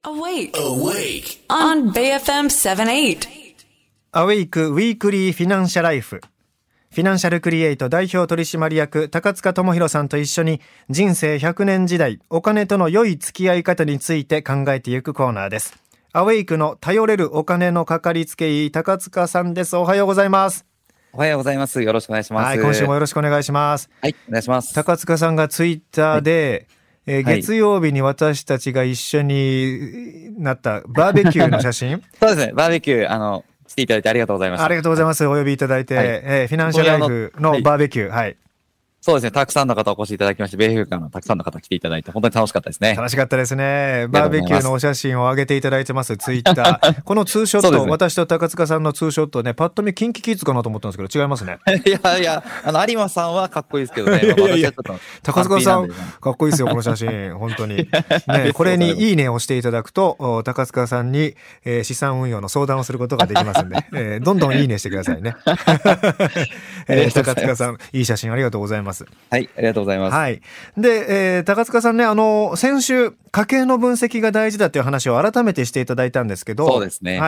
Awake. Awake. On BFM 78. アウェイクウィークリーフィナンシャライフ。フィナンシャルクリエイト代表取締役高塚智博さんと一緒に人生100年時代お金との良い付き合い方について考えていくコーナーです。アウェイクの頼れるお金のかかりつけ医高塚さんです。おはようございます。 おはようございます。よろしくお願いします。 はい、今週もよろしくお願いします。 はい、お願いします。 高塚さんがツイッターで、月曜日に私たちが一緒になったバーベキューの写真そうですね、バーベキュー、来ていただいてありがとうございました。 ありがとうございます。お呼びいただいて、フィナンシャルライフのバーベキュー。はい。 そうですね、たくさんの方お越しいただきまして、米風館のたくさんの方来ていただいて、本当に楽しかったですね。 楽しかったですね。バーベキューのお写真を上げていただいてます、ツイッター。このツーショット、私と高塚さんのツーショットね、パッと見キンキキッズかなと思ったんですけど、違いますね。 いやいや、有馬さんはかっこいいですけどね。 高塚さん、かっこいいですよ、この写真。本当に。ね、これにいいねをしていただくと、高塚さんに、資産運用の相談をすることができますんで、どんどんいいねしてくださいね。高塚さん、いい写真ありがとうございます。 はい、ありがとうございます。 はい。で、高塚さんね、先週、家計の分析が大事だという話を改めてしていただいたんですけど、 そうですね。 はい。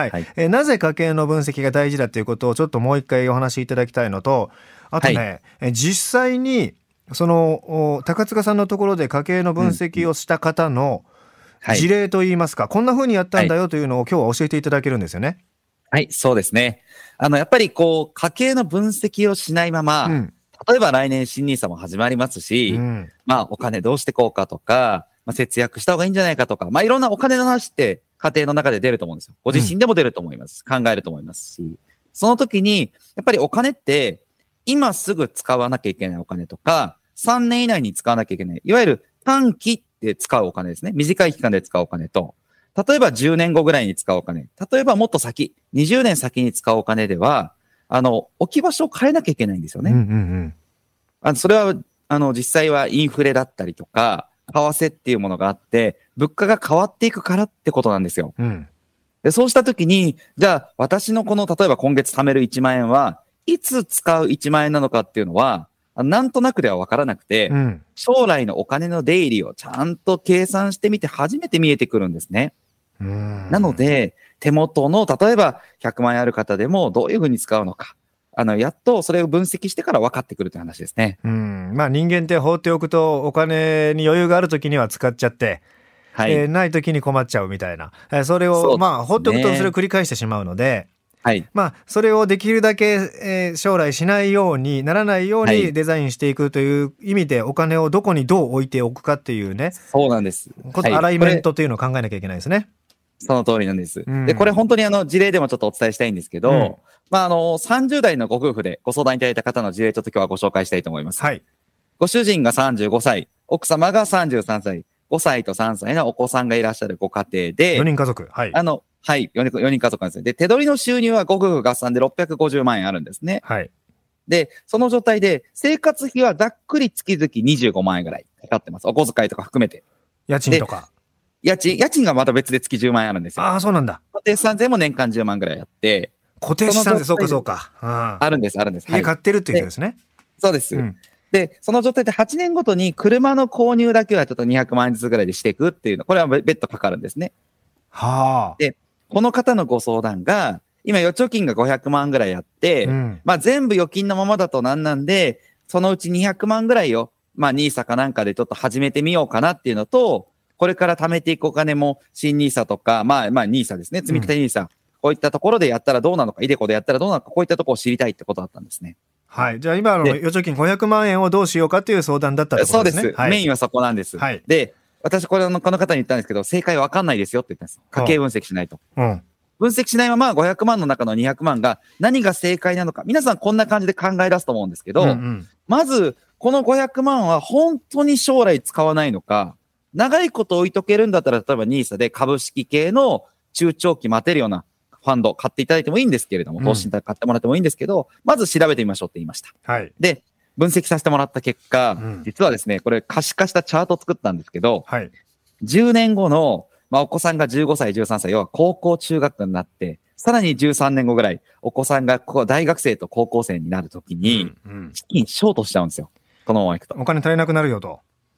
なぜ家計の分析が大事だということをちょっともう一回お話しいただきたいのと、あとね、実際に、高塚さんのところで家計の分析をした方の事例といいますか、こんな風にやったんだよというのを今日は教えていただけるんですよね。 はい、そうですね。やっぱり家計の分析をしないまま、例えば来年新NISAも始まりますし、お金どうしてこうかとか、節約した方がいいんじゃないかとか、いろんなお金の話って家庭の中で出ると思うんですよ。ご自身でも出ると思います。考えると思いますし。その時に、やっぱりお金って、今すぐ使わなきゃいけないお金とか、3年以内に使わなきゃいけない。いわゆる短期って使うお金ですね。短い期間で使うお金と、例えば10年後ぐらいに使うお金。例えばもっと先、20年先に使うお金では、置き場所を変えなきゃいけないんですよね。それは、実際はインフレだったりとか、為替っていうものがあって、物価が変わっていくからってことなんですよ。で、そうしたときに、じゃあ、私の例えば今月貯める1万円は、いつ使う1万円なのかっていうのは、なんとなくでは分からなくて、将来のお金の出入りをちゃんと計算してみて初めて見えてくるんですね。なので、手元の、例えば100万円ある方でもどういうふうに使うのか。やっとそれを分析してから分かってくるという話ですね。 人間って放っておくとお金に余裕があるときには使っちゃって、ないときに困っちゃうみたいな。それを、放っておくとそれを繰り返してしまうので、それをできるだけ、将来しないようにならないようにデザインしていくという意味でお金をどこにどう置いておくかっていうね。 そうなんです。 アライメントというのを考えなきゃいけないですね。 その通りなんです。で、これ本当に事例でもちょっとお伝えしたいんですけど、30代のご夫婦でご相談いただいた方の事例ちょっと今日はご紹介したいと思います。ご主人が35歳、奥様が33歳、5歳と3歳のお子さんがいらっしゃるご家庭で、 4人家族。 4人家族なんですね。で、手取りの収入はご夫婦合算で650万円あるんですね。で、その状態で、生活費はざっくり月々25万円ぐらいかかってます。お小遣いとか含めて。 家賃とか。 家賃がまた別で月10万円あるんですよ。 ああ、そうなんだ。 固定資産税も年間10万ぐらいあって、 固定資産税、そうか。 あるんです。 家買ってるっていう人ですね。 そうです。で、その状態で8年ごとに車の購入だけはちょっと200万円ずつぐらいでしていくっていうの、これは別途かかるんですね。で、この方のご相談が、今預貯金が500万ぐらいあって、全部預金のままだとなんで、そのうち200万ぐらいを、NISA かなんかでちょっと始めてみようかなっていうのと、これから貯めていくお金も新NISAとか、NISA ですね。積み立てNISA。こういったところでやったらどうなのか、iDeCoでやったらどうなのか、こういったところを知りたいってことだったんですね。 じゃあ今の預貯金500万円をどうしようかっていう相談だったってことですね。 そうです。メインはそこなんです。で、私この方に言ったんですけど、正解わかんないですよって言ったんです。家計分析しないと。分析しないまま500万の中の200万が何が正解なのか。皆さんこんな感じで考え出すと思うんですけど、まず、この500万は本当に将来使わないのか、長いこと置いとけるんだったら、例えば NISA で株式系の中長期待てるようなファンド買っていただいてもいいんですけれども、投資信託買ってもらってもいいんですけど、まず調べてみましょうって言いました。で、分析させてもらった結果、実はですね、これ可視化したチャートを作ったんですけど、10年後の、お子さんが15歳、13歳、要は高校中学になって、さらに13年後ぐらい、お子さんが大学生と高校生になるときに、資金ショートしちゃうんですよ。このままいくと。 お金足りなくなるよと。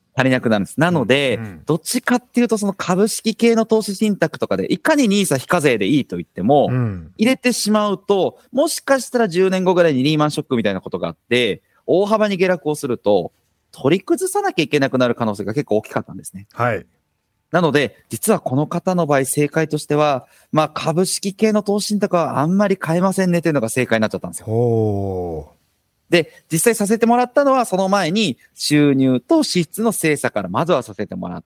足りなくなるんです。なので、どっちかっていうとその株式系の投資信託とかでいかにNISA非課税でいいと言っても、入れてしまうと、もしかしたら10年後ぐらいにリーマンショックみたいなことがあって、大幅に下落をすると、取り崩さなきゃいけなくなる可能性が結構大きかったんですね。 はい。 なので、実はこの方の場合、正解としては、株式系の投資信託はあんまり買えませんねというのが正解になっちゃったんですよ。で、実際させてもらったのは、その前に収入と支出の精査からまずはさせてもらって、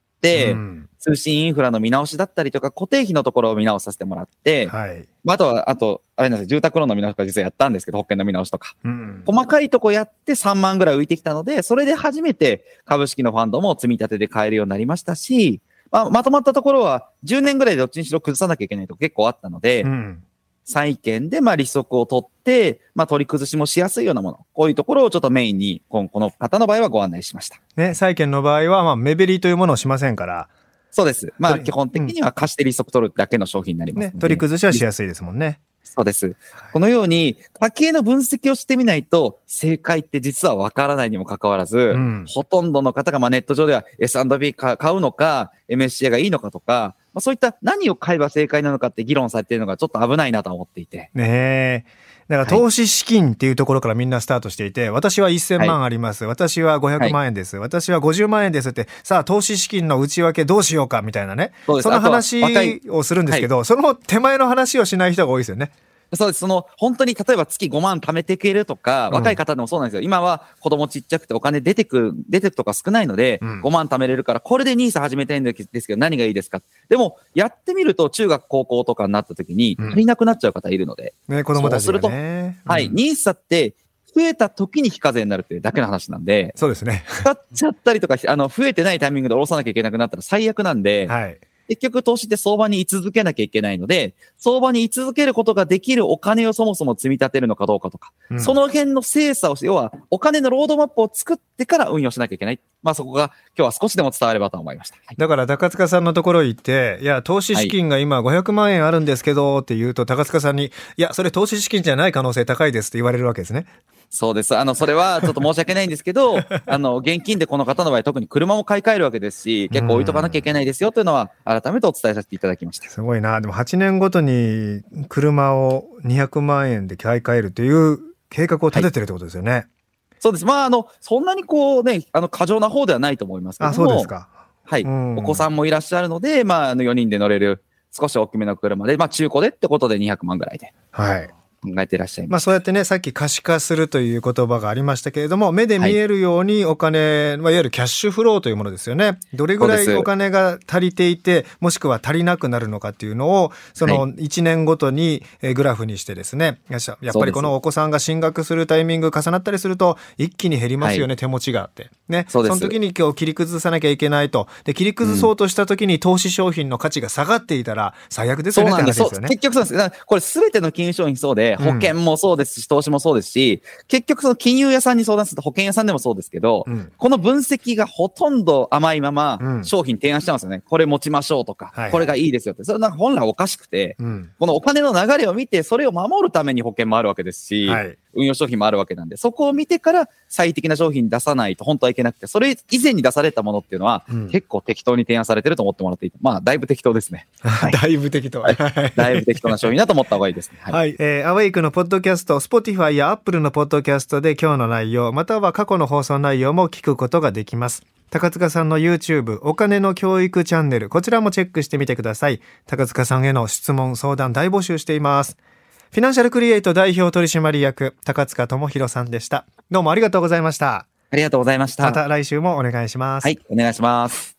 通信インフラの見直しだったりとか、固定費のところを見直させてもらって、あと、あれなんですよ、住宅ローンの見直しが実はやったんですけど、保険の見直しとか。細かいとこやって3万ぐらい浮いてきたので、それで初めて株式のファンドも積み立てで買えるようになりましたし、まとまったところは10年ぐらいでどっちにしろ崩さなきゃいけないとこ結構あったので、債券で利息を取って、取り崩しもしやすいようなもの。こういうところをちょっとメインに、この方の場合はご案内しました。 ね、債券の場合は、目減りというものをしませんから。 そうです。基本的には貸して利息取るだけの商品になりますので。 取り崩しはしやすいですもんね。 そうです。このように、家計の分析をしてみないと、正解って実はわからないにもかかわらず、ほとんどの方がネット上では S&P 買うのか、MSCI がいいのかとか、そういった何を買えば正解なのかって議論されているのがちょっと危ないなと思っていて。 ねえ。だから投資資金っていうところからみんなスタートしていて、私は1000万あります。私は500万円です。私は50万円ですって、さあ投資資金の内訳どうしようかみたいなね。その話をするんですけど、その手前の話をしない人が多いですよね。 そうです。本当に例えば月5万貯めていけるとか、若い方でもそうなんですよ。今は子供ちっちゃくてお金出てくとか少ないので、5万貯めれるから、これでNISA始めたいんですけど何がいいですか。でも、やってみると中学高校とかになった時に足りなくなっちゃう方いるので。 ね、子供たちがね。 そうすると、NISA って増えた時に非課税になるっていうだけの話なんで。 そうですね。 使っちゃったりとか、増えてないタイミングで下ろさなきゃいけなくなったら最悪なんで。結局投資って相場に居続けなきゃいけないので、相場に居続けることができるお金をそもそも積み立てるのかどうかとか、その辺の精査をして、要はお金のロードマップを作ってから運用しなきゃいけない。そこが今日は少しでも伝わればと思いました。 だから高塚さんのところ行って、いや、投資資金が今500万円あるんですけどって言うと、高塚さんに、いや、それ投資資金じゃない可能性高いですって言われるわけですね。 そうです。それはちょっと申し訳ないんですけど、現金でこの方の場合特に車も買い替えるわけですし、結構置いとかなきゃいけないですよというのは改めてお伝えさせていただきました。 すごいな。でも8年ごとに車を200万円で買い替えるという計画を立ててるってことですよね。 そうです。そんなに過剰な方ではないと思いますけども。 そうですか。 お子さんもいらっしゃるので、4人で乗れる少し大きめの車で、中古でってことで200万ぐらいで。考えていらっしゃいます。 そうやってね、さっき可視化するという言葉がありましたけれども、目で見えるようにお金、いわゆるキャッシュフローというものですよね。どれぐらいお金が足りていて、もしくは足りなくなるのかっていうのを、その1年ごとにグラフにしてですね、やっぱりこのお子さんが進学するタイミング重なったりすると、一気に減りますよね、手持ちがあって。ね。その時に今日切り崩さなきゃいけないと。で、切り崩そうとした時に投資商品の価値が下がっていたら、最悪ですよねって話ですよね。 結局そうです。これ全ての金融商品そうで、保険もそうですし、投資もそうですし、結局その金融屋さんに相談すると保険屋さんでもそうですけど、この分析がほとんど甘いまま商品提案してますよね。これ持ちましょうとか、これがいいですよって。それなんか本来おかしくて、このお金の流れを見て、それを守るために保険もあるわけですし、運用商品もあるわけなんで、そこを見てから最適な商品出さないと本当はいけなくて、それ以前に出されたものっていうのは、結構適当に提案されてると思ってもらっていて、だいぶ適当ですね。 だいぶ適当。 だいぶ適当な商品だと思った方がいいですね。 アウェイクのポッドキャスト、Spotify や Apple のポッドキャストで今日の内容、または過去の放送内容も聞くことができます。高塚さんの YouTube お金の教育チャンネル、こちらもチェックしてみてください。高塚さんへの質問相談大募集しています。フィナンシャルクリエイト代表取締役高塚智博さんでした。どうもありがとうございました。 ありがとうございました。 また来週もお願いします。 お願いします。